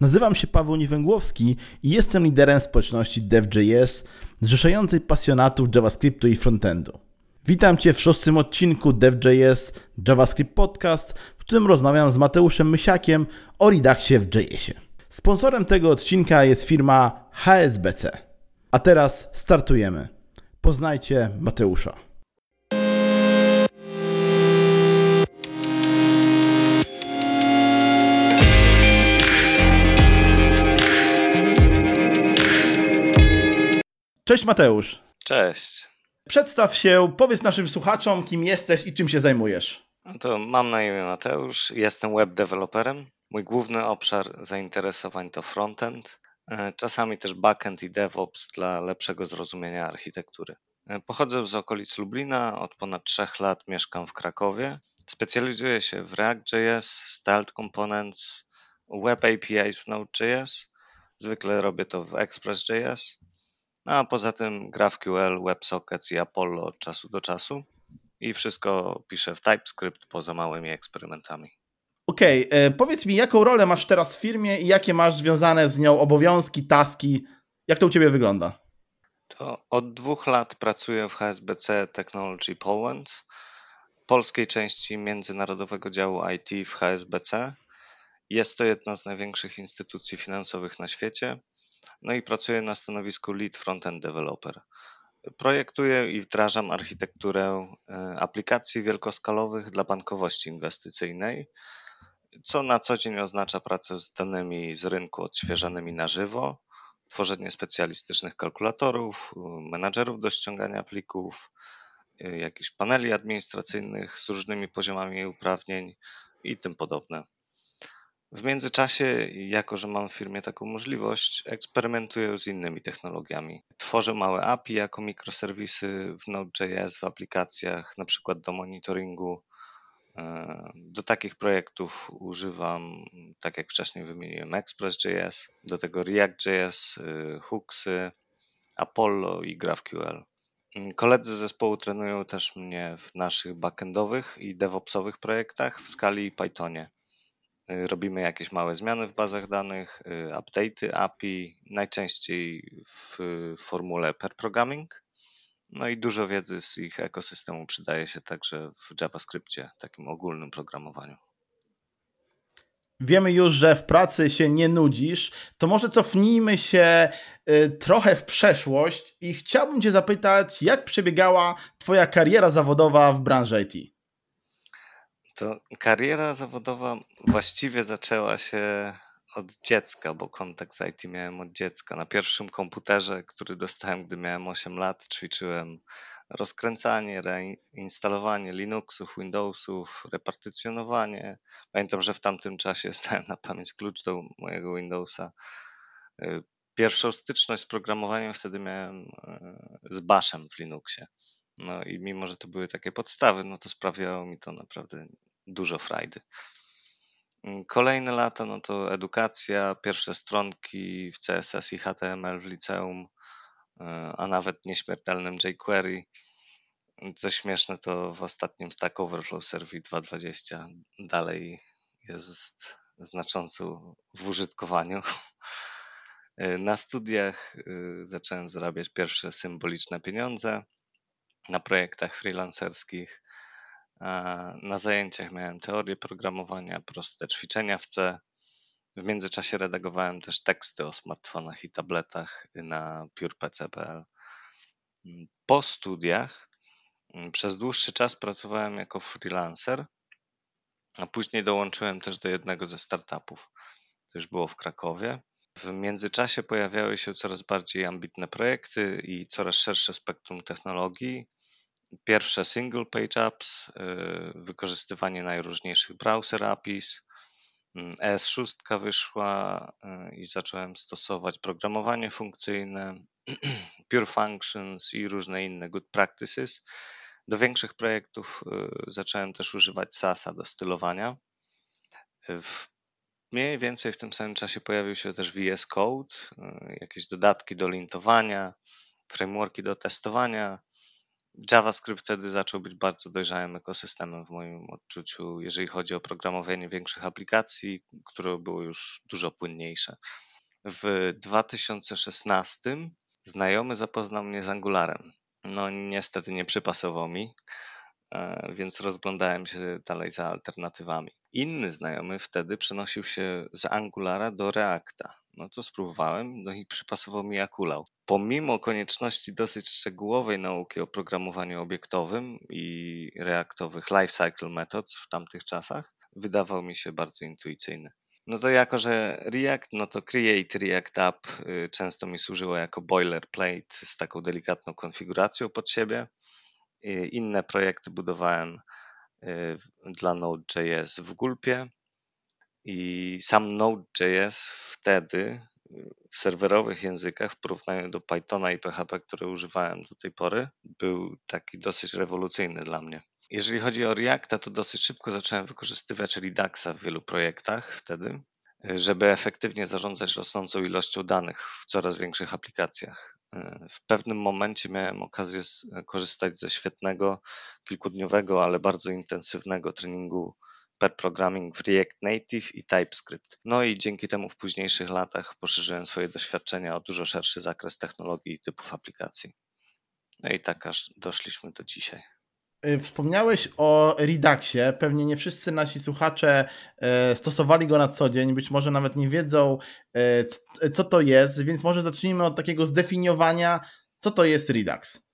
Nazywam się Paweł Niewęgłowski i jestem liderem społeczności Dev.js, zrzeszającej pasjonatów JavaScriptu i frontendu. Witam Cię w 6. odcinku Dev.js JavaScript Podcast, w którym rozmawiam z Mateuszem Mysiakiem o Reduxie w JS-ie. Sponsorem tego odcinka jest firma HSBC. A teraz startujemy. Poznajcie Mateusza. Cześć Mateusz. Cześć. Przedstaw się, powiedz naszym słuchaczom, kim jesteś i czym się zajmujesz. No to mam na imię Mateusz, jestem web developerem. Mój główny obszar zainteresowań to frontend, czasami też backend i DevOps dla lepszego zrozumienia architektury. Pochodzę z okolic Lublina, od ponad 3 lat mieszkam w Krakowie. Specjalizuję się w React.js, Styled Components, Web APIs w Node.js. Zwykle robię to w Express.js. A poza tym GraphQL, WebSockets i Apollo od czasu do czasu. I wszystko piszę w TypeScript poza małymi eksperymentami. Okej, powiedz mi, jaką rolę masz teraz w firmie i jakie masz związane z nią obowiązki, taski? Jak to u Ciebie wygląda? To od 2 lat pracuję w HSBC Technology Poland, polskiej części międzynarodowego działu IT w HSBC. Jest to jedna z największych instytucji finansowych na świecie. No i pracuję na stanowisku Lead Frontend Developer. Projektuję i wdrażam architekturę aplikacji wielkoskalowych dla bankowości inwestycyjnej, co na co dzień oznacza pracę z danymi z rynku odświeżanymi na żywo, tworzenie specjalistycznych kalkulatorów, menadżerów do ściągania plików, jakichś paneli administracyjnych z różnymi poziomami uprawnień i tym podobne. W międzyczasie, jako że mam w firmie taką możliwość, eksperymentuję z innymi technologiami. Tworzę małe API jako mikroserwisy w Node.js w aplikacjach, na przykład do monitoringu. Do takich projektów używam, tak jak wcześniej wymieniłem, Express.js, do tego React.js, Hooksy, Apollo i GraphQL. Koledzy z zespołu trenują też mnie w naszych backendowych i DevOpsowych projektach w Scali i Pythonie. Robimy jakieś małe zmiany w bazach danych, update'y API, najczęściej w formule pair programming. No i dużo wiedzy z ich ekosystemu przydaje się także w JavaScriptie, takim ogólnym programowaniu. Wiemy już, że w pracy się nie nudzisz, to może cofnijmy się trochę w przeszłość i chciałbym Cię zapytać, jak przebiegała Twoja kariera zawodowa w branży IT? To kariera zawodowa właściwie zaczęła się od dziecka, bo kontakt z IT miałem od dziecka. Na pierwszym komputerze, który dostałem, gdy miałem 8 lat, ćwiczyłem rozkręcanie, reinstalowanie Linuxów, Windowsów, repartycjonowanie. Pamiętam, że w tamtym czasie znałem na pamięć klucz do mojego Windowsa. Pierwszą styczność z programowaniem wtedy miałem z Bashem w Linuxie. No i mimo, że to były takie podstawy, no to sprawiało mi to naprawdę dużo frajdy. Kolejne lata, no to edukacja, pierwsze stronki w CSS i HTML w liceum, a nawet nieśmiertelnym jQuery. Co śmieszne, to w ostatnim Stack Overflow Server 2.20 dalej jest znacząco w użytkowaniu. Na studiach zacząłem zarabiać pierwsze symboliczne pieniądze na projektach freelancerskich. Na zajęciach miałem teorię programowania, proste ćwiczenia w C. W międzyczasie redagowałem też teksty o smartfonach i tabletach na PurePC.pl. Po studiach przez dłuższy czas pracowałem jako freelancer, a później dołączyłem też do jednego ze startupów. To już było w Krakowie. W międzyczasie pojawiały się coraz bardziej ambitne projekty i coraz szersze spektrum technologii. Pierwsze single page apps, wykorzystywanie najróżniejszych browser APIs. ES6 wyszła i zacząłem stosować programowanie funkcyjne, Pure Functions i różne inne good practices. Do większych projektów zacząłem też używać SASa do stylowania. Mniej więcej w tym samym czasie pojawił się też VS Code, jakieś dodatki do lintowania, frameworki do testowania. JavaScript wtedy zaczął być bardzo dojrzałym ekosystemem w moim odczuciu, jeżeli chodzi o programowanie większych aplikacji, które było już dużo płynniejsze. W 2016 znajomy zapoznał mnie z Angularem. No niestety nie przypasował mi, więc rozglądałem się dalej za alternatywami. Inny znajomy wtedy przenosił się z Angulara do Reacta. No to spróbowałem, no i przypasował mi jak ulał. Pomimo konieczności dosyć szczegółowej nauki o programowaniu obiektowym i reaktowych lifecycle methods w tamtych czasach, wydawał mi się bardzo intuicyjny. No to jako, że React, no to Create React App często mi służyło jako boilerplate z taką delikatną konfiguracją pod siebie. Inne projekty budowałem dla Node.js w Gulpie i sam Node.js wtedy w serwerowych językach w porównaniu do Pythona i PHP, które używałem do tej pory, był taki dosyć rewolucyjny dla mnie. Jeżeli chodzi o Reacta, to dosyć szybko zacząłem wykorzystywać Reduxa w wielu projektach wtedy, żeby efektywnie zarządzać rosnącą ilością danych w coraz większych aplikacjach. W pewnym momencie miałem okazję korzystać ze świetnego, kilkudniowego, ale bardzo intensywnego treningu pair programming w React Native i TypeScript. No i dzięki temu w późniejszych latach poszerzyłem swoje doświadczenia o dużo szerszy zakres technologii i typów aplikacji. No i tak aż doszliśmy do dzisiaj. Wspomniałeś o Reduxie. Pewnie nie wszyscy nasi słuchacze stosowali go na co dzień, być może nawet nie wiedzą, co to jest, więc może zacznijmy od takiego zdefiniowania, co to jest Redux.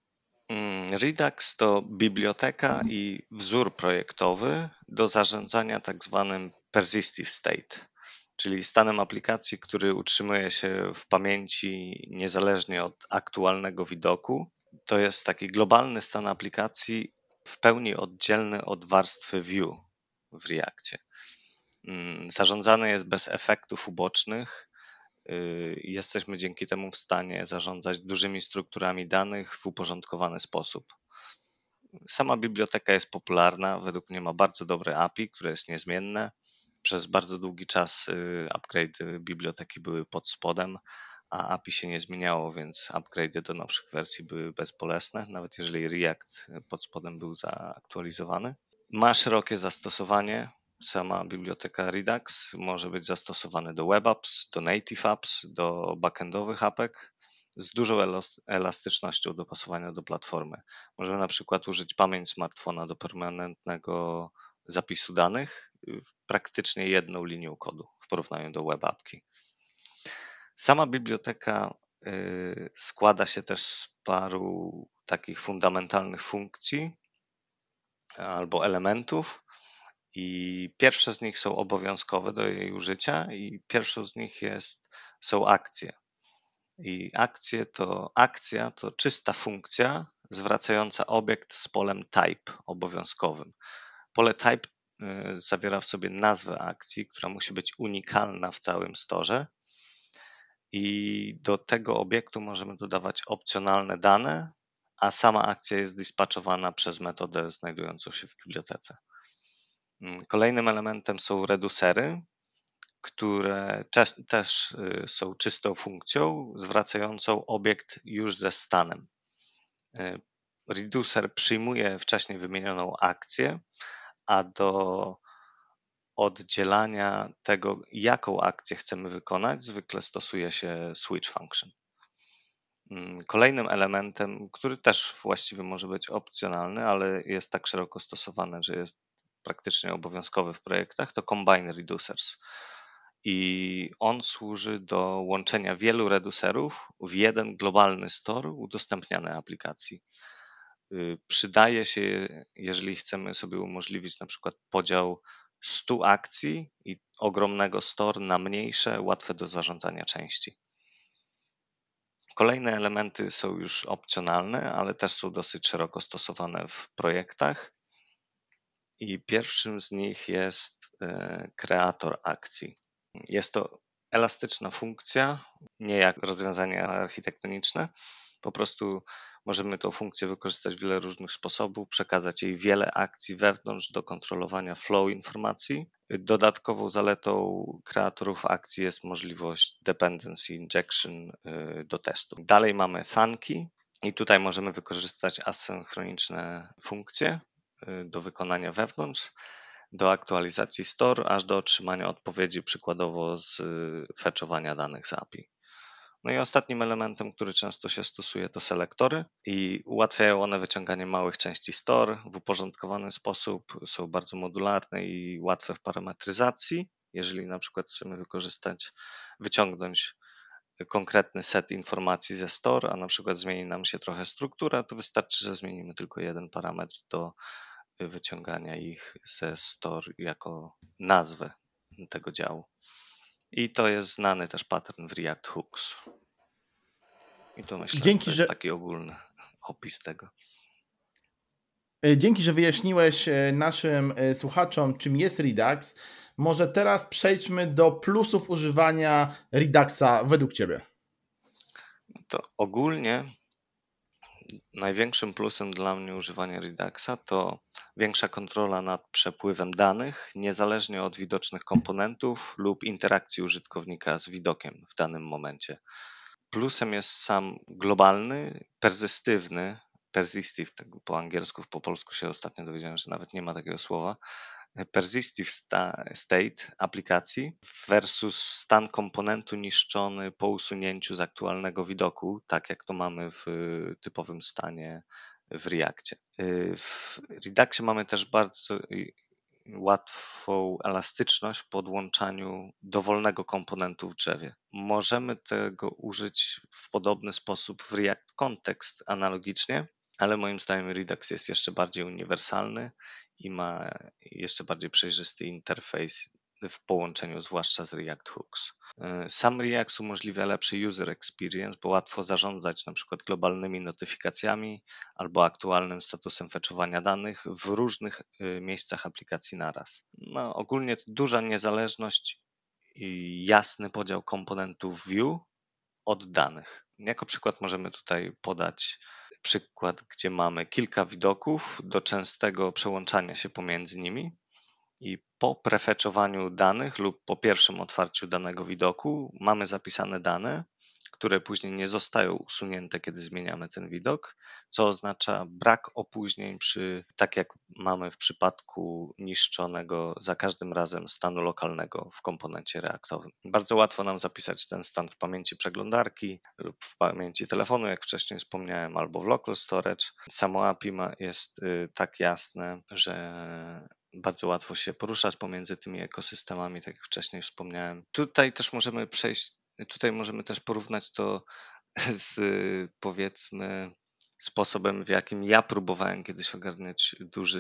Redux to biblioteka i wzór projektowy do zarządzania tak zwanym persistive state, czyli stanem aplikacji, który utrzymuje się w pamięci niezależnie od aktualnego widoku. To jest taki globalny stan aplikacji w pełni oddzielny od warstwy view w Reactie. Zarządzany jest bez efektów ubocznych. Jesteśmy dzięki temu w stanie zarządzać dużymi strukturami danych w uporządkowany sposób. Sama biblioteka jest popularna, według mnie ma bardzo dobre API, które jest niezmienne. Przez bardzo długi czas upgrade biblioteki były pod spodem, a API się nie zmieniało, więc upgrade do nowszych wersji były bezbolesne, nawet jeżeli React pod spodem był zaaktualizowany. Ma szerokie zastosowanie. Sama biblioteka Redux może być zastosowana do web apps, do native apps, do backendowych apek z dużą elastycznością dopasowania do platformy. Możemy na przykład użyć pamięć smartfona do permanentnego zapisu danych praktycznie jedną linią kodu w porównaniu do web appki. Sama biblioteka składa się też z paru takich fundamentalnych funkcji albo elementów i pierwsze z nich są obowiązkowe do jej użycia i pierwszą z nich są akcje. I akcja to czysta funkcja zwracająca obiekt z polem type obowiązkowym. Pole type zawiera w sobie nazwę akcji, która musi być unikalna w całym storze i do tego obiektu możemy dodawać opcjonalne dane, a sama akcja jest dispatchowana przez metodę znajdującą się w bibliotece. Kolejnym elementem są reducery, które też są czystą funkcją zwracającą obiekt już ze stanem. Reducer przyjmuje wcześniej wymienioną akcję, a do oddzielania tego, jaką akcję chcemy wykonać, zwykle stosuje się switch function. Kolejnym elementem, który też właściwie może być opcjonalny, ale jest tak szeroko stosowany, że jest praktycznie obowiązkowy w projektach, to combine reducers. I on służy do łączenia wielu reducerów w jeden globalny store udostępniany aplikacji. Przydaje się, jeżeli chcemy sobie umożliwić na przykład podział 100 akcji i ogromnego store na mniejsze, łatwe do zarządzania części. Kolejne elementy są już opcjonalne, ale też są dosyć szeroko stosowane w projektach. I pierwszym z nich jest kreator akcji. Jest to elastyczna funkcja, nie jak rozwiązania architektoniczne. Po prostu możemy tą funkcję wykorzystać w wiele różnych sposobów, przekazać jej wiele akcji wewnątrz do kontrolowania flow informacji. Dodatkową zaletą kreatorów akcji jest możliwość dependency injection do testu. Dalej mamy Funky. I tutaj możemy wykorzystać asynchroniczne funkcje do wykonania wewnątrz, do aktualizacji store, aż do otrzymania odpowiedzi przykładowo z fetchowania danych z API. No i ostatnim elementem, który często się stosuje, to selektory i ułatwiają one wyciąganie małych części store w uporządkowany sposób, są bardzo modularne i łatwe w parametryzacji. Jeżeli na przykład chcemy wyciągnąć konkretny set informacji ze store, a na przykład zmieni nam się trochę struktura, to wystarczy, że zmienimy tylko jeden parametr do wyciągania ich ze store jako nazwę tego działu. I to jest znany też pattern w React Hooks. I to myślę, że to jest taki ogólny opis tego. Dzięki, że wyjaśniłeś naszym słuchaczom, czym jest Redux. Może teraz przejdźmy do plusów używania Reduxa według Ciebie. To ogólnie największym plusem dla mnie używania Reduxa to większa kontrola nad przepływem danych, niezależnie od widocznych komponentów lub interakcji użytkownika z widokiem w danym momencie. Plusem jest sam globalny, persistive, tak po angielsku, po polsku się ostatnio dowiedziałem, że nawet nie ma takiego słowa, persistive state aplikacji versus stan komponentu niszczony po usunięciu z aktualnego widoku, tak jak to mamy w typowym stanie w Reactie. W Reduxie mamy też bardzo łatwą elastyczność w podłączaniu dowolnego komponentu w drzewie. Możemy tego użyć w podobny sposób w React Context analogicznie, ale moim zdaniem Redux jest jeszcze bardziej uniwersalny i ma jeszcze bardziej przejrzysty interfejs w połączeniu zwłaszcza z React Hooks. Sam React umożliwia lepszy user experience, bo łatwo zarządzać na przykład globalnymi notyfikacjami albo aktualnym statusem fetchowania danych w różnych miejscach aplikacji naraz. No, ogólnie to duża niezależność i jasny podział komponentów view od danych. Jako przykład możemy tutaj podać przykład, gdzie mamy kilka widoków do częstego przełączania się pomiędzy nimi i po prefetchowaniu danych lub po pierwszym otwarciu danego widoku mamy zapisane dane, które później nie zostają usunięte, kiedy zmieniamy ten widok, co oznacza brak opóźnień tak jak mamy w przypadku niszczonego za każdym razem stanu lokalnego w komponencie reaktowym. Bardzo łatwo nam zapisać ten stan w pamięci przeglądarki lub w pamięci telefonu, jak wcześniej wspomniałem, albo w local storage. Samo API jest tak jasne, że bardzo łatwo się poruszać pomiędzy tymi ekosystemami, tak jak wcześniej wspomniałem. Tutaj możemy też porównać to z, powiedzmy, sposobem, w jakim ja próbowałem kiedyś ogarniać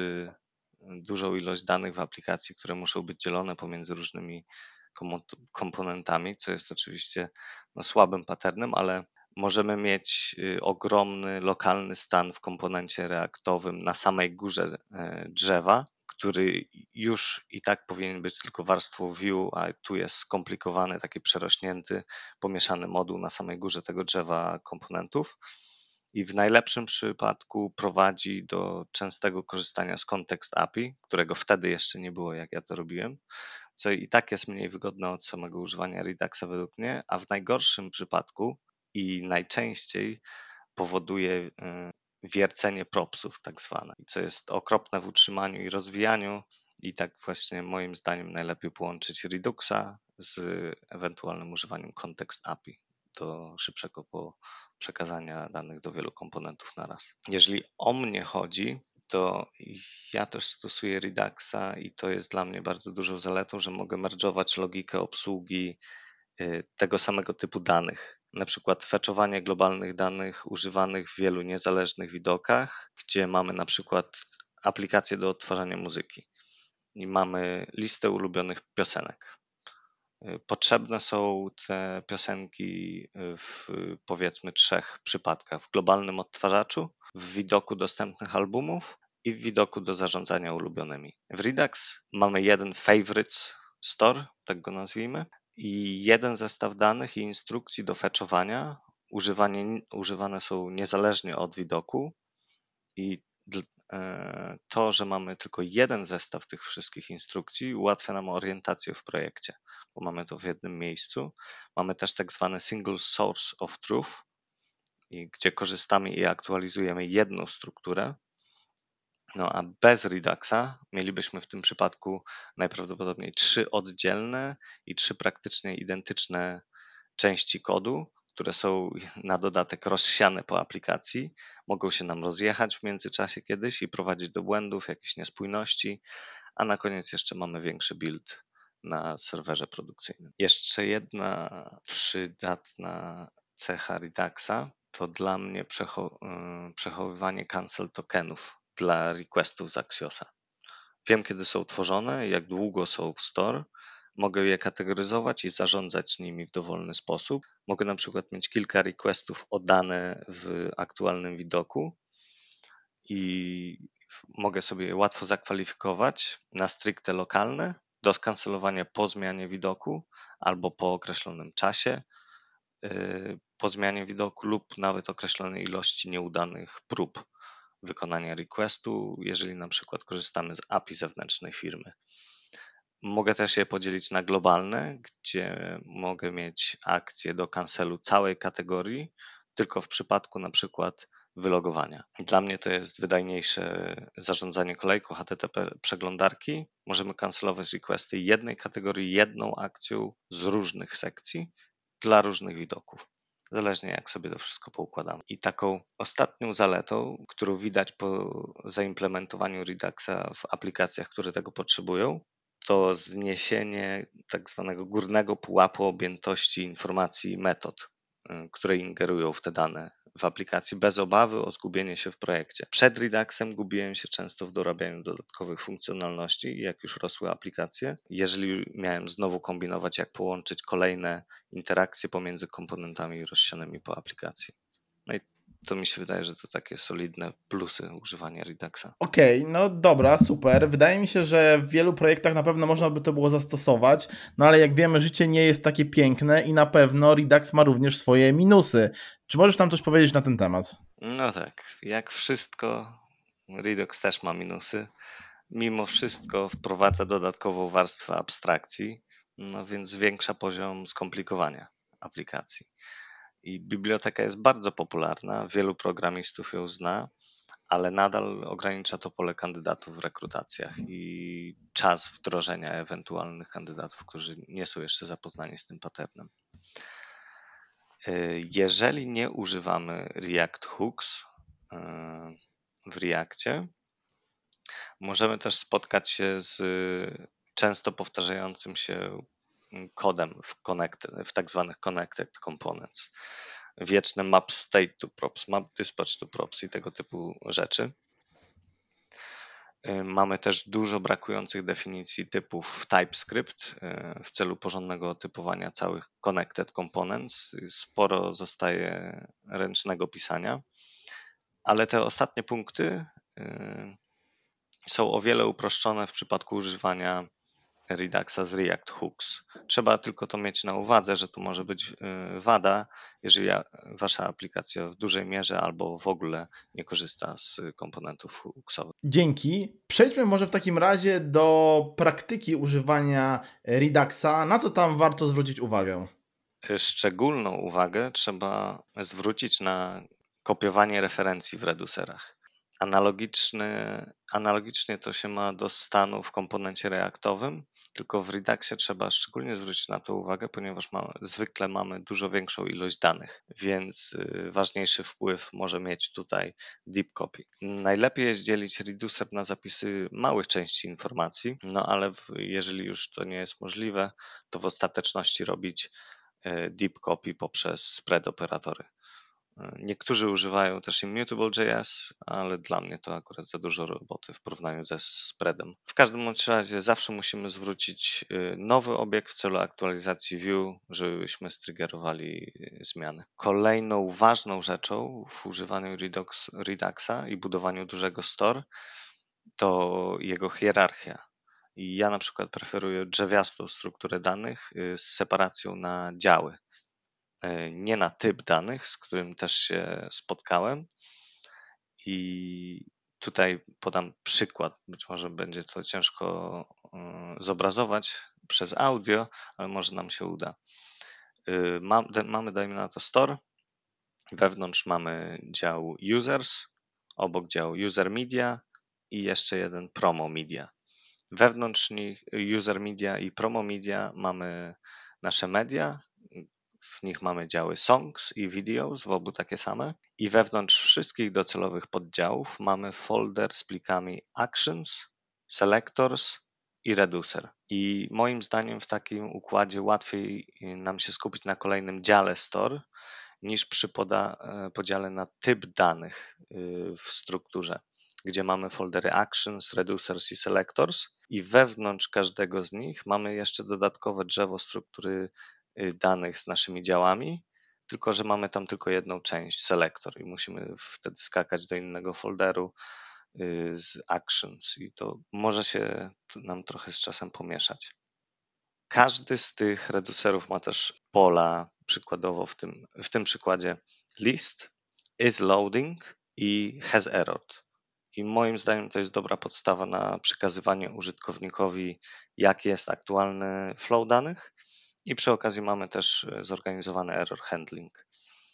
dużą ilość danych w aplikacji, które muszą być dzielone pomiędzy różnymi komponentami, co jest oczywiście słabym patternem, ale możemy mieć ogromny lokalny stan w komponencie reaktowym na samej górze drzewa, który już i tak powinien być tylko warstwą view, a tu jest skomplikowany, taki przerośnięty, pomieszany moduł na samej górze tego drzewa komponentów. I w najlepszym przypadku prowadzi do częstego korzystania z Context API, którego wtedy jeszcze nie było, jak ja to robiłem, co i tak jest mniej wygodne od samego używania Reduxa według mnie, a w najgorszym przypadku i najczęściej powoduje wiercenie propsów tak zwane, co jest okropne w utrzymaniu i rozwijaniu i tak właśnie moim zdaniem najlepiej połączyć Reduxa z ewentualnym używaniem Context API do szybszego przekazania danych do wielu komponentów naraz. Jeżeli o mnie chodzi, to ja też stosuję Reduxa i to jest dla mnie bardzo dużą zaletą, że mogę merdżować logikę obsługi tego samego typu danych. Na przykład fetchowanie globalnych danych używanych w wielu niezależnych widokach, gdzie mamy na przykład aplikację do odtwarzania muzyki i mamy listę ulubionych piosenek. Potrzebne są te piosenki w powiedzmy 3 przypadkach. W globalnym odtwarzaczu, w widoku dostępnych albumów i w widoku do zarządzania ulubionymi. W Redux mamy jeden favorites store, tak go nazwijmy, i jeden zestaw danych i instrukcji do fetchowania. Używane są niezależnie od widoku i to, że mamy tylko jeden zestaw tych wszystkich instrukcji, ułatwia nam orientację w projekcie, bo mamy to w jednym miejscu. Mamy też tak zwany single source of truth gdzie korzystamy i aktualizujemy jedną strukturę. No a bez Reduxa mielibyśmy w tym przypadku najprawdopodobniej 3 oddzielne i 3 praktycznie identyczne części kodu, które są na dodatek rozsiane po aplikacji, mogą się nam rozjechać w międzyczasie kiedyś i prowadzić do błędów, jakichś niespójności, a na koniec jeszcze mamy większy build na serwerze produkcyjnym. Jeszcze jedna przydatna cecha Reduxa to dla mnie przechowywanie cancel tokenów dla requestów z Axiosa. Wiem, kiedy są tworzone, jak długo są w store, mogę je kategoryzować i zarządzać nimi w dowolny sposób. Mogę na przykład mieć kilka requestów o dane w aktualnym widoku i mogę sobie je łatwo zakwalifikować na stricte lokalne do skancelowania po zmianie widoku albo po określonym czasie, po zmianie widoku lub nawet określonej ilości nieudanych prób wykonania requestu, jeżeli na przykład korzystamy z API zewnętrznej firmy. Mogę też je podzielić na globalne, gdzie mogę mieć akcję do cancelu całej kategorii, tylko w przypadku na przykład wylogowania. Dla mnie to jest wydajniejsze zarządzanie kolejką HTTP przeglądarki. Możemy cancelować requesty jednej kategorii jedną akcją z różnych sekcji dla różnych widoków. Zależnie jak sobie to wszystko poukładamy. I taką ostatnią zaletą, którą widać po zaimplementowaniu Reduxa w aplikacjach, które tego potrzebują, to zniesienie tak zwanego górnego pułapu objętości informacji metod, które ingerują w te dane w aplikacji bez obawy o zgubienie się w projekcie. Przed Reduxem gubiłem się często w dorabianiu dodatkowych funkcjonalności, jak już rosły aplikacje. Jeżeli miałem znowu kombinować, jak połączyć kolejne interakcje pomiędzy komponentami rozsianymi po aplikacji. No i to mi się wydaje, że to takie solidne plusy używania Reduxa. Okej, no dobra, super. Wydaje mi się, że w wielu projektach na pewno można by to było zastosować, no ale jak wiemy, życie nie jest takie piękne i na pewno Redux ma również swoje minusy. Czy możesz nam coś powiedzieć na ten temat? No tak, jak wszystko, Redux też ma minusy. Mimo wszystko wprowadza dodatkową warstwę abstrakcji, no więc zwiększa poziom skomplikowania aplikacji. I biblioteka jest bardzo popularna, wielu programistów ją zna, ale nadal ogranicza to pole kandydatów w rekrutacjach i czas wdrożenia ewentualnych kandydatów, którzy nie są jeszcze zapoznani z tym patternem. Jeżeli nie używamy React Hooks w Reactie, możemy też spotkać się z często powtarzającym się kodem w tak zwanych connected components. Wieczne map state to props, map dispatch to props i tego typu rzeczy. Mamy też dużo brakujących definicji typów w TypeScript w celu porządnego typowania całych connected components. Sporo zostaje ręcznego pisania, ale te ostatnie punkty są o wiele uproszczone w przypadku używania Reduxa z React Hooks. Trzeba tylko to mieć na uwadze, że tu może być wada, jeżeli wasza aplikacja w dużej mierze albo w ogóle nie korzysta z komponentów hooksowych. Dzięki. Przejdźmy może w takim razie do praktyki używania Reduxa. Na co tam warto zwrócić uwagę? Szczególną uwagę trzeba zwrócić na kopiowanie referencji w reducerach. Analogicznie to się ma do stanu w komponencie reaktowym, tylko w Reduxie trzeba szczególnie zwrócić na to uwagę, ponieważ zwykle mamy dużo większą ilość danych, więc ważniejszy wpływ może mieć tutaj deep copy. Najlepiej jest dzielić reducer na zapisy małych części informacji, no ale jeżeli już to nie jest możliwe, to w ostateczności robić deep copy poprzez spread operatory. Niektórzy używają też Immutable.js, ale dla mnie to akurat za dużo roboty w porównaniu ze spreadem. W każdym razie zawsze musimy zwrócić nowy obiekt w celu aktualizacji view, żebyśmy striggerowali zmiany. Kolejną ważną rzeczą w używaniu Reduxa i budowaniu dużego store to jego hierarchia. I ja na przykład preferuję drzewiastą strukturę danych z separacją na działy. Nie na typ danych, z którym też się spotkałem. I tutaj podam przykład. Być może będzie to ciężko zobrazować przez audio, ale może nam się uda. Mamy, dajmy na to store, Wewnątrz mamy dział Users, obok dział User Media i jeszcze jeden Promo Media. Wewnątrz nich User Media i Promo Media mamy nasze media, w nich mamy działy Songs i Videos, w obu takie same. I wewnątrz wszystkich docelowych poddziałów mamy folder z plikami Actions, Selectors i Reducer. I moim zdaniem w takim układzie łatwiej nam się skupić na kolejnym dziale Store niż przy podziale na typ danych w strukturze, gdzie mamy foldery Actions, Reducers i Selectors i wewnątrz każdego z nich mamy jeszcze dodatkowe drzewo struktury danych z naszymi działami, tylko że mamy tam tylko jedną część, Selector, i musimy wtedy skakać do innego folderu z Actions i to może się nam trochę z czasem pomieszać. Każdy z tych reducerów ma też pola, przykładowo w tym przykładzie list, is loading i has errored. I moim zdaniem to jest dobra podstawa na przekazywanie użytkownikowi, jaki jest aktualny flow danych. I przy okazji mamy też zorganizowany error handling.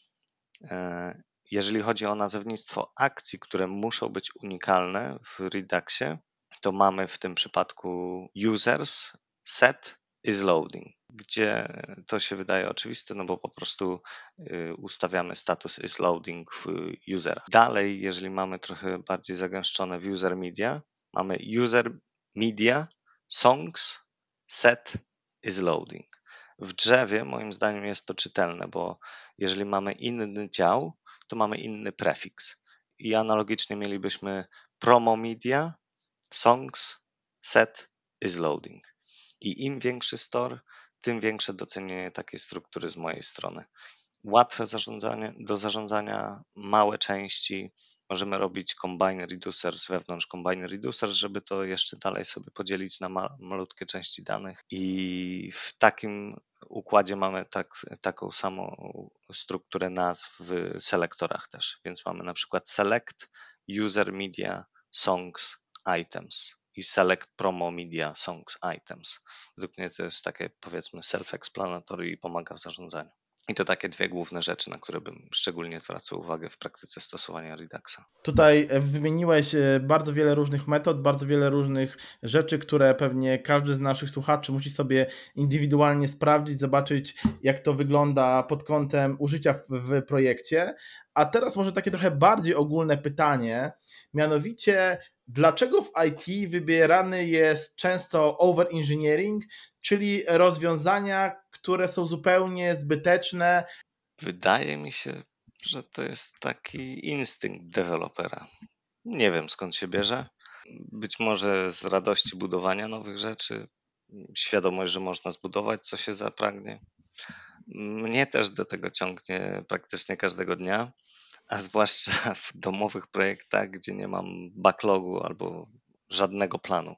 Jeżeli chodzi o nazewnictwo akcji, które muszą być unikalne w Reduxie, to mamy w tym przypadku users set is loading, gdzie to się wydaje oczywiste, no bo po prostu ustawiamy status is loading w usera. Dalej, jeżeli mamy trochę bardziej zagęszczone w user media, mamy user media songs set is loading. W drzewie moim zdaniem jest to czytelne, bo jeżeli mamy inny dział, to mamy inny prefiks. I analogicznie mielibyśmy promo media songs set is loading. I im większy store, tym większe docenienie takiej struktury z mojej strony. Łatwe do zarządzania, małe części. Możemy robić combine reducers wewnątrz combine reducers, żeby to jeszcze dalej sobie podzielić na malutkie części danych. I w takim układzie mamy taką samą strukturę nazw w selektorach też. Więc mamy na przykład select, user media, songs, items i select promo media songs items. Według mnie to jest takie, powiedzmy, self-explanatory i pomaga w zarządzaniu. I to takie dwie główne rzeczy, na które bym szczególnie zwracał uwagę w praktyce stosowania Reduxa. Tutaj wymieniłeś bardzo wiele różnych metod, bardzo wiele różnych rzeczy, które pewnie każdy z naszych słuchaczy musi sobie indywidualnie sprawdzić, zobaczyć, jak to wygląda pod kątem użycia w projekcie. A teraz może takie trochę bardziej ogólne pytanie, mianowicie dlaczego w IT wybierany jest często overengineering, czyli rozwiązania, które są zupełnie zbyteczne? Wydaje mi się, że to jest taki instynkt dewelopera. Nie wiem, skąd się bierze. Być może z radości budowania nowych rzeczy, świadomość, że można zbudować, co się zapragnie. Mnie też do tego ciągnie praktycznie każdego dnia, a zwłaszcza w domowych projektach, gdzie nie mam backlogu albo żadnego planu.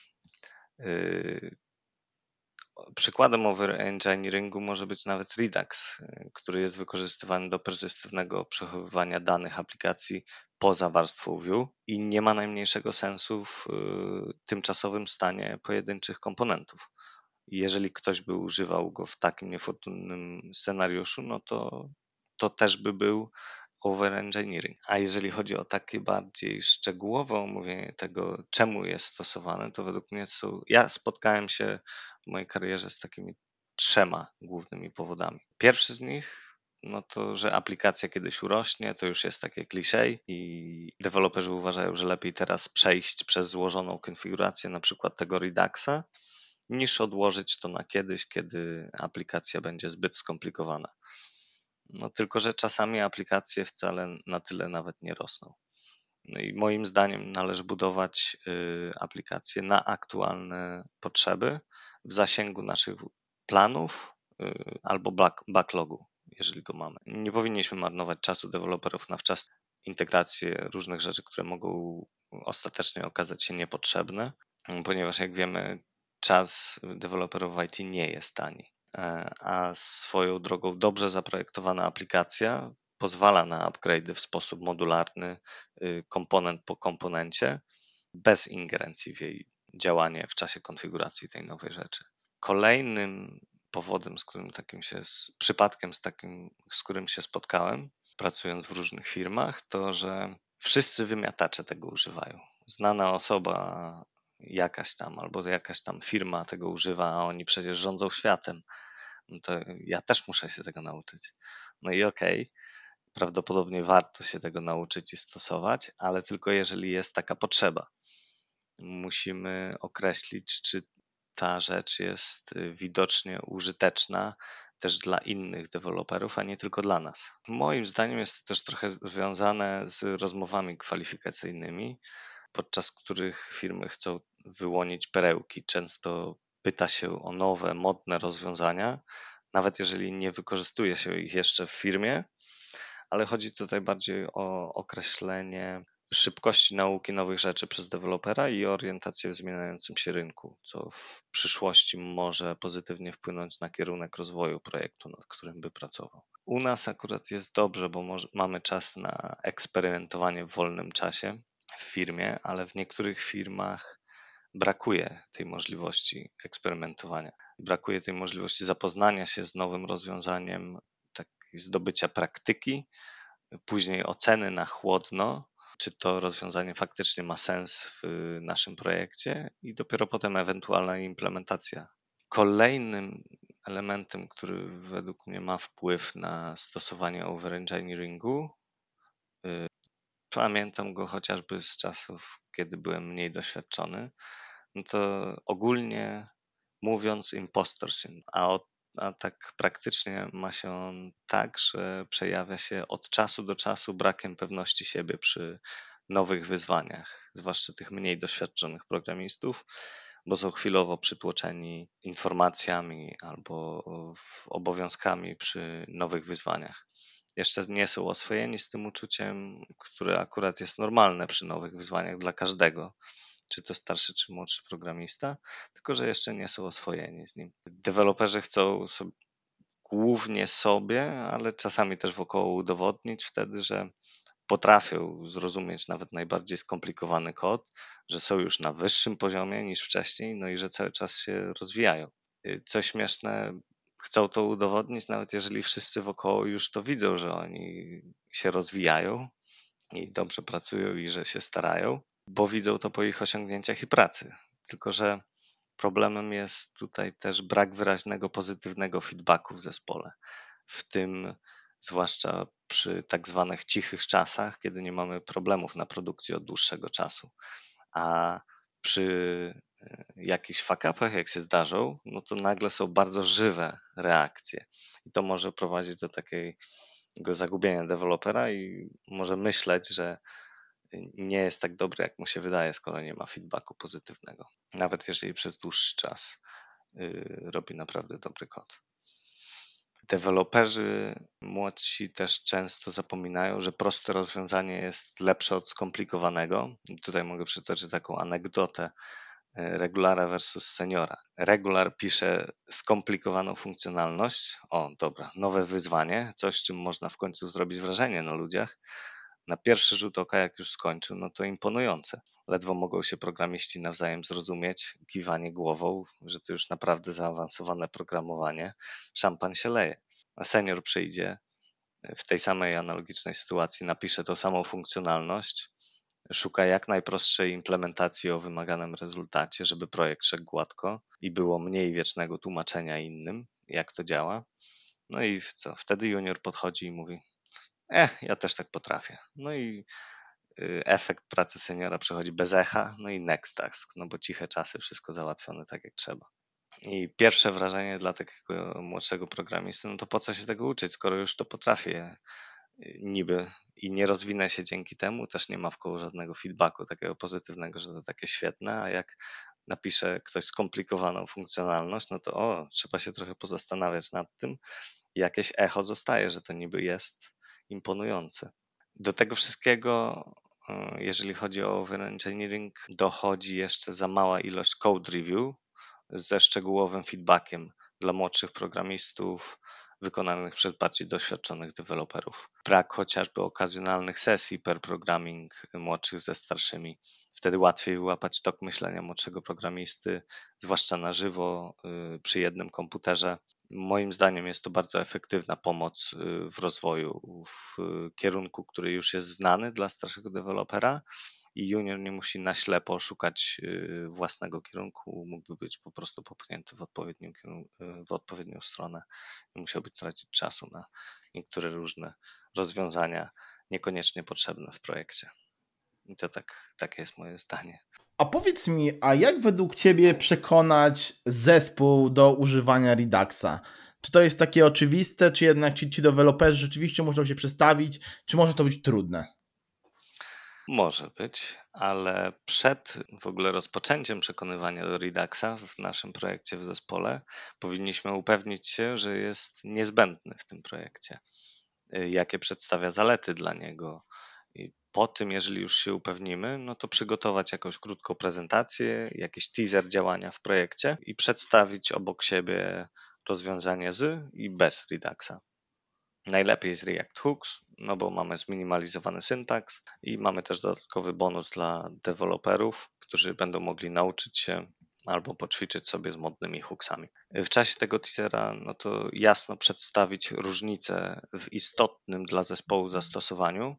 Przykładem overengineeringu może być nawet Redux, który jest wykorzystywany do persystywnego przechowywania danych aplikacji poza warstwą Vue i nie ma najmniejszego sensu w tymczasowym stanie pojedynczych komponentów. Jeżeli ktoś by używał go w takim niefortunnym scenariuszu, no to też by był overengineering. A jeżeli chodzi o takie bardziej szczegółowe omówienie tego, czemu jest stosowane, to według mnie ja spotkałem się w mojej karierze z takimi 3 głównymi powodami. Pierwszy z nich, no to, że aplikacja kiedyś urośnie, to już jest takie kliszej i deweloperzy uważają, że lepiej teraz przejść przez złożoną konfigurację na przykład tego Reduxa, niż odłożyć to na kiedyś, kiedy aplikacja będzie zbyt skomplikowana. No tylko, że czasami aplikacje wcale na tyle nawet nie rosną. No i moim zdaniem należy budować aplikacje na aktualne potrzeby w zasięgu naszych planów albo backlogu, jeżeli go mamy. Nie powinniśmy marnować czasu deweloperów na wczesne integracje różnych rzeczy, które mogą ostatecznie okazać się niepotrzebne, ponieważ jak wiemy, czas deweloperów w IT nie jest tani. A swoją drogą dobrze zaprojektowana aplikacja pozwala na upgrade w sposób modularny, komponent po komponencie, bez ingerencji w jej działanie w czasie konfiguracji tej nowej rzeczy. Kolejnym powodem, przypadkiem z którym się spotkałem, pracując w różnych firmach, to że wszyscy wymiatacze tego używają. Znana osoba jakaś tam albo jakaś tam firma tego używa, a oni przecież rządzą światem, no to ja też muszę się tego nauczyć. No i okej, prawdopodobnie warto się tego nauczyć i stosować, ale tylko jeżeli jest taka potrzeba. Musimy określić, czy ta rzecz jest widocznie użyteczna też dla innych deweloperów, a nie tylko dla nas. Moim zdaniem jest to też trochę związane z rozmowami kwalifikacyjnymi, podczas których firmy chcą wyłonić perełki. Często pyta się o nowe, modne rozwiązania, nawet jeżeli nie wykorzystuje się ich jeszcze w firmie, ale chodzi tutaj bardziej o określenie szybkości nauki nowych rzeczy przez dewelopera i orientację w zmieniającym się rynku, co w przyszłości może pozytywnie wpłynąć na kierunek rozwoju projektu, nad którym by pracował. U nas akurat jest dobrze, bo mamy czas na eksperymentowanie w wolnym czasie w firmie, ale w niektórych firmach brakuje tej możliwości eksperymentowania. Brakuje tej możliwości zapoznania się z nowym rozwiązaniem, takiej zdobycia praktyki, później oceny na chłodno, czy to rozwiązanie faktycznie ma sens w naszym projekcie i dopiero potem ewentualna implementacja. Kolejnym elementem, który według mnie ma wpływ na stosowanie overengineeringu, pamiętam go chociażby z czasów, kiedy byłem mniej doświadczony, no to ogólnie mówiąc impostor syndrome, a tak praktycznie ma się on tak, że przejawia się od czasu do czasu brakiem pewności siebie przy nowych wyzwaniach, zwłaszcza tych mniej doświadczonych programistów, bo są chwilowo przytłoczeni informacjami albo obowiązkami przy nowych wyzwaniach. Jeszcze nie są oswojeni z tym uczuciem, które akurat jest normalne przy nowych wyzwaniach dla każdego, czy to starszy, czy młodszy programista, tylko że jeszcze nie są oswojeni z nim. Deweloperzy chcą głównie sobie, ale czasami też wokoło udowodnić wtedy, że potrafią zrozumieć nawet najbardziej skomplikowany kod, że są już na wyższym poziomie niż wcześniej, no i że cały czas się rozwijają. Co śmieszne, chcą to udowodnić, nawet jeżeli wszyscy wokoło już to widzą, że oni się rozwijają i dobrze pracują i że się starają, bo widzą to po ich osiągnięciach i pracy. Tylko że problemem jest tutaj też brak wyraźnego pozytywnego feedbacku w zespole. W tym zwłaszcza przy tak zwanych cichych czasach, kiedy nie mamy problemów na produkcji od dłuższego czasu. A przy jakichś fuck-upach, jak się zdarzą, no to nagle są bardzo żywe reakcje. I to może prowadzić do takiego zagubienia dewelopera i może myśleć, że nie jest tak dobry, jak mu się wydaje, skoro nie ma feedbacku pozytywnego. Nawet jeżeli przez dłuższy czas robi naprawdę dobry kod. Deweloperzy młodsi też często zapominają, że proste rozwiązanie jest lepsze od skomplikowanego. I tutaj mogę przytoczyć taką anegdotę Regulara versus Seniora. Regular pisze skomplikowaną funkcjonalność. O, dobra, nowe wyzwanie, coś, czym można w końcu zrobić wrażenie na ludziach. Na pierwszy rzut oka, jak już skończył, no to imponujące. Ledwo mogą się programiści nawzajem zrozumieć, kiwanie głową, że to już naprawdę zaawansowane programowanie. Szampan się leje. A senior przyjdzie w tej samej analogicznej sytuacji, napisze tą samą funkcjonalność, szuka jak najprostszej implementacji o wymaganym rezultacie, żeby projekt szedł gładko i było mniej wiecznego tłumaczenia innym, jak to działa. No i co? Wtedy junior podchodzi i mówi: ja też tak potrafię. No i efekt pracy seniora przychodzi bez echa, no i next task, no bo ciche czasy, wszystko załatwione tak jak trzeba. I pierwsze wrażenie dla takiego młodszego programisty, no to po co się tego uczyć, skoro już to potrafię niby i nie rozwinę się dzięki temu, też nie ma wkoło żadnego feedbacku takiego pozytywnego, że to takie świetne, a jak napisze ktoś skomplikowaną funkcjonalność, no to trzeba się trochę pozastanawiać nad tym, jakieś echo zostaje, że to niby jest imponujące. Do tego wszystkiego, jeżeli chodzi o overengineering, dochodzi jeszcze za mała ilość code review ze szczegółowym feedbackiem dla młodszych programistów wykonanych przez bardziej doświadczonych deweloperów. Brak chociażby okazjonalnych sesji per programming młodszych ze starszymi Wtedy łatwiej wyłapać tok myślenia młodszego programisty, zwłaszcza na żywo przy jednym komputerze. Moim zdaniem jest to bardzo efektywna pomoc w rozwoju w kierunku, który już jest znany dla starszego dewelopera i junior nie musi na ślepo szukać własnego kierunku, mógłby być po prostu popchnięty w odpowiednią stronę. Nie musiałby tracić czasu na niektóre różne rozwiązania niekoniecznie potrzebne w projekcie. I to takie jest moje zdanie. A powiedz mi, a jak według Ciebie przekonać zespół do używania Reduxa? Czy to jest takie oczywiste, czy jednak ci deweloperzy rzeczywiście muszą się przestawić, czy może to być trudne? Może być, ale przed w ogóle rozpoczęciem przekonywania do Reduxa w naszym projekcie w zespole powinniśmy upewnić się, że jest niezbędny w tym projekcie. Jakie przedstawia zalety dla niego. I po tym, jeżeli już się upewnimy, no to przygotować jakąś krótką prezentację, jakiś teaser działania w projekcie i przedstawić obok siebie rozwiązanie z i bez Reduxa. Najlepiej z React Hooks, no bo mamy zminimalizowany syntaks i mamy też dodatkowy bonus dla deweloperów, którzy będą mogli nauczyć się albo poćwiczyć sobie z modnymi hooksami. W czasie tego teasera no to jasno przedstawić różnice w istotnym dla zespołu zastosowaniu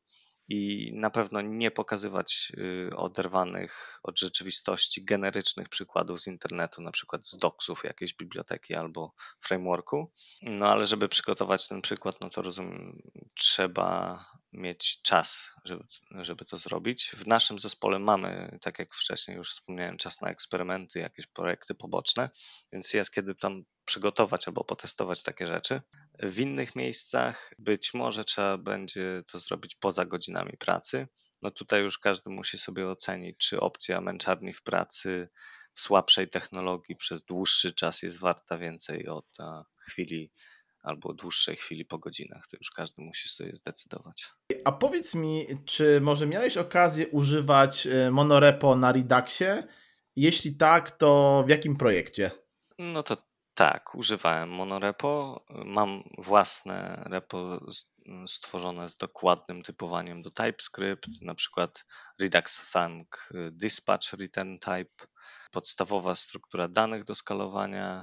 i na pewno nie pokazywać oderwanych od rzeczywistości generycznych przykładów z internetu, na przykład z docsów jakiejś biblioteki albo frameworku. No ale żeby przygotować ten przykład, no to rozumiem, trzeba mieć czas, żeby to zrobić. W naszym zespole mamy, tak jak wcześniej już wspomniałem, czas na eksperymenty, jakieś projekty poboczne, więc jest kiedy tam przygotować albo potestować takie rzeczy. W innych miejscach być może trzeba będzie to zrobić poza godzinami pracy. No tutaj już każdy musi sobie ocenić, czy opcja męczarni w pracy w słabszej technologii przez dłuższy czas jest warta więcej od chwili albo dłuższej chwili po godzinach. To już każdy musi sobie zdecydować. A powiedz mi, czy może miałeś okazję używać monorepo na Reduxie? Jeśli tak, to w jakim projekcie? No to tak, używałem monorepo. Mam własne repo stworzone z dokładnym typowaniem do TypeScript, na przykład Redux Thunk Dispatch Return Type, podstawowa struktura danych do skalowania,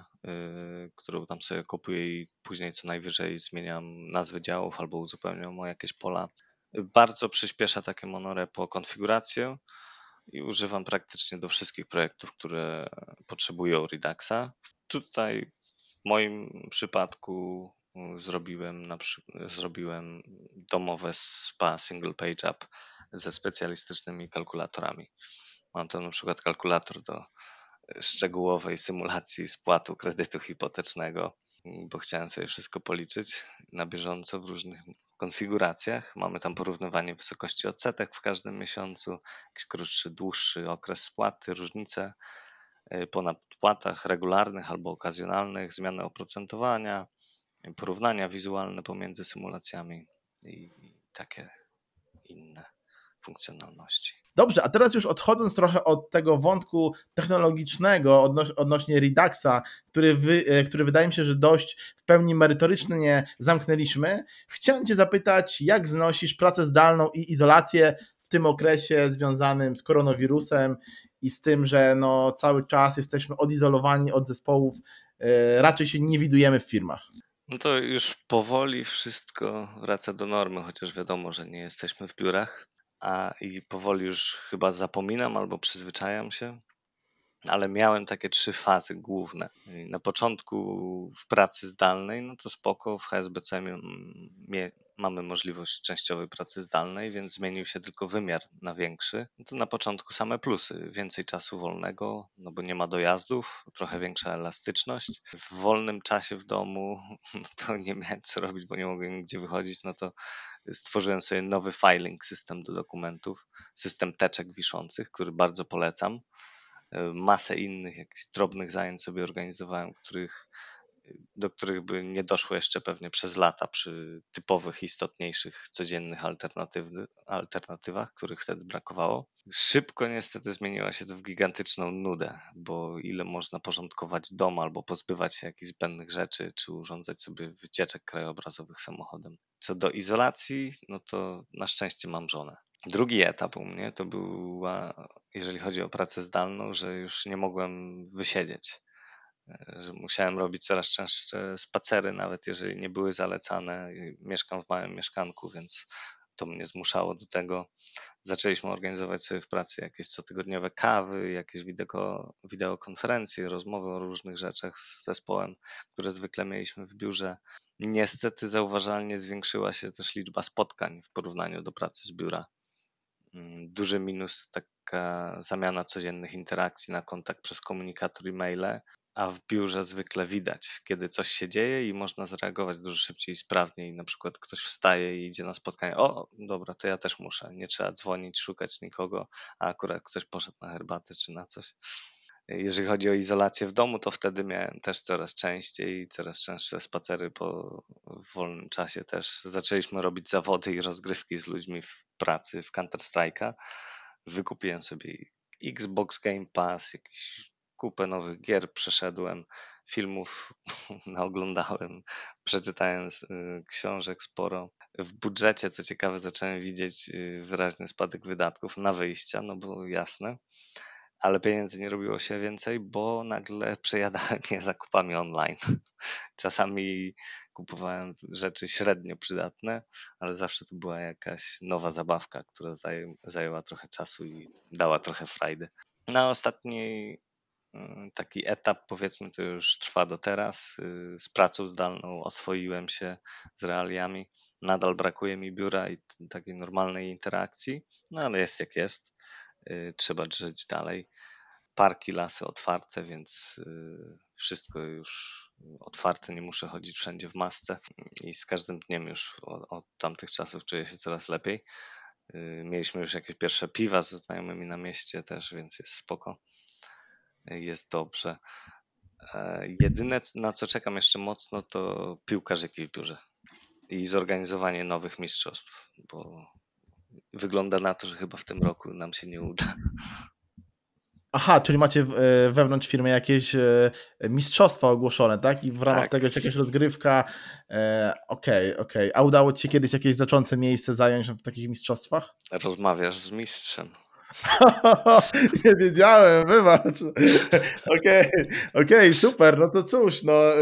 którą tam sobie kopiuję i później co najwyżej zmieniam nazwy działów albo uzupełniam o jakieś pola. Bardzo przyspiesza takie monorepo konfigurację i używam praktycznie do wszystkich projektów, które potrzebują Reduxa. Tutaj w moim przypadku zrobiłem domowe SPA Single Page App ze specjalistycznymi kalkulatorami. Mam to na przykład kalkulator do szczegółowej symulacji spłatu kredytu hipotecznego, bo chciałem sobie wszystko policzyć na bieżąco w różnych konfiguracjach. Mamy tam porównywanie wysokości odsetek w każdym miesiącu, jakiś krótszy, dłuższy okres spłaty, różnice po nadpłatach regularnych albo okazjonalnych, zmiany oprocentowania, porównania wizualne pomiędzy symulacjami i takie inne funkcjonalności. Dobrze, a teraz już odchodząc trochę od tego wątku technologicznego odnośnie Reduxa, który wydaje mi się, że dość w pełni merytorycznie zamknęliśmy, chciałem Cię zapytać, jak znosisz pracę zdalną i izolację w tym okresie związanym z koronawirusem i z tym, że no, cały czas jesteśmy odizolowani od zespołów, raczej się nie widujemy w firmach. No to już powoli wszystko wraca do normy, chociaż wiadomo, że nie jesteśmy w biurach, i powoli już chyba zapominam albo przyzwyczajam się, ale miałem takie 3 fazy główne. Na początku w pracy zdalnej, no to spoko, w HSBC mamy możliwość częściowej pracy zdalnej, więc zmienił się tylko wymiar na większy. No to na początku same plusy, więcej czasu wolnego, no bo nie ma dojazdów, trochę większa elastyczność. W wolnym czasie w domu to nie miałem co robić, bo nie mogłem nigdzie wychodzić, no to stworzyłem sobie nowy filing system do dokumentów, system teczek wiszących, który bardzo polecam. Masę innych jakichś drobnych zajęć sobie organizowałem, do których by nie doszło jeszcze pewnie przez lata przy typowych, istotniejszych, codziennych alternatywach, których wtedy brakowało. Szybko niestety zmieniła się to w gigantyczną nudę, bo ile można porządkować dom albo pozbywać się jakichś zbędnych rzeczy, czy urządzać sobie wycieczek krajobrazowych samochodem. Co do izolacji, no to na szczęście mam żonę, Drugi etap u mnie to była, jeżeli chodzi o pracę zdalną, że już nie mogłem wysiedzieć, że musiałem robić coraz częstsze spacery, nawet jeżeli nie były zalecane. Mieszkam w małym mieszkanku, więc to mnie zmuszało do tego. Zaczęliśmy organizować sobie w pracy jakieś cotygodniowe kawy, jakieś wideokonferencje, rozmowy o różnych rzeczach z zespołem, które zwykle mieliśmy w biurze. Niestety zauważalnie zwiększyła się też liczba spotkań w porównaniu do pracy z biura. Duży minus taka zamiana codziennych interakcji na kontakt przez komunikator i maile, a w biurze zwykle widać, kiedy coś się dzieje i można zareagować dużo szybciej i sprawniej. Na przykład ktoś wstaje i idzie na spotkanie. O, dobra, to ja też muszę. Nie trzeba dzwonić, szukać nikogo, a akurat ktoś poszedł na herbatę czy na coś. Jeżeli chodzi o izolację w domu, to wtedy miałem też coraz częściej, coraz częstsze spacery w wolnym czasie też. Zaczęliśmy robić zawody i rozgrywki z ludźmi w pracy w Counter-Strike'a. Wykupiłem sobie Xbox Game Pass, jakieś kupę nowych gier przeszedłem, filmów naoglądałem, przeczytałem książek sporo. W budżecie, co ciekawe, zacząłem widzieć wyraźny spadek wydatków na wyjścia, no bo jasne, ale pieniędzy nie robiło się więcej, bo nagle przejadałem je zakupami online. Czasami kupowałem rzeczy średnio przydatne, ale zawsze to była jakaś nowa zabawka, która zajęła trochę czasu i dała trochę frajdy. Na ostatni taki etap, powiedzmy, to już trwa do teraz. Z pracą zdalną oswoiłem się z realiami. Nadal brakuje mi biura i takiej normalnej interakcji, no ale jest jak jest. Trzeba żyć dalej. Parki, lasy otwarte, więc wszystko już otwarte, nie muszę chodzić wszędzie w masce i z każdym dniem już od tamtych czasów czuję się coraz lepiej. Mieliśmy już jakieś pierwsze piwa ze znajomymi na mieście też, więc jest spoko, jest dobrze. Jedyne, na co czekam jeszcze mocno, to piłkarzyki w biurze i zorganizowanie nowych mistrzostw, bo wygląda na to, że chyba w tym roku nam się nie uda. Aha, czyli macie wewnątrz firmy jakieś mistrzostwa ogłoszone, tak? I w ramach Tak, tego jest jakaś rozgrywka. Okej. A udało ci się kiedyś jakieś znaczące miejsce zająć w takich mistrzostwach? rozmawiasz z mistrzem. Nie wiedziałem, wybacz. Okej, super. No to cóż,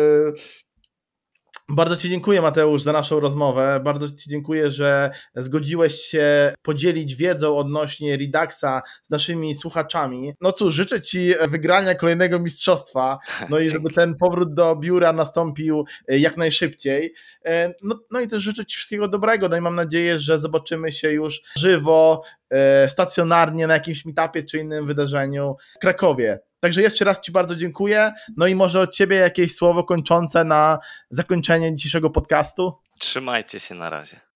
bardzo Ci dziękuję, Mateusz, za naszą rozmowę. Bardzo Ci dziękuję, że zgodziłeś się podzielić wiedzą odnośnie Reduxa z naszymi słuchaczami. No cóż, życzę Ci wygrania kolejnego mistrzostwa, no i żeby Dzięki. ten powrót do biura nastąpił jak najszybciej. No i też życzę Ci wszystkiego dobrego, no i mam nadzieję, że zobaczymy się już żywo, stacjonarnie na jakimś meetupie czy innym wydarzeniu w Krakowie. Także jeszcze raz Ci bardzo dziękuję. No i może od Ciebie jakieś słowo kończące na zakończenie dzisiejszego podcastu? Trzymajcie się, na razie.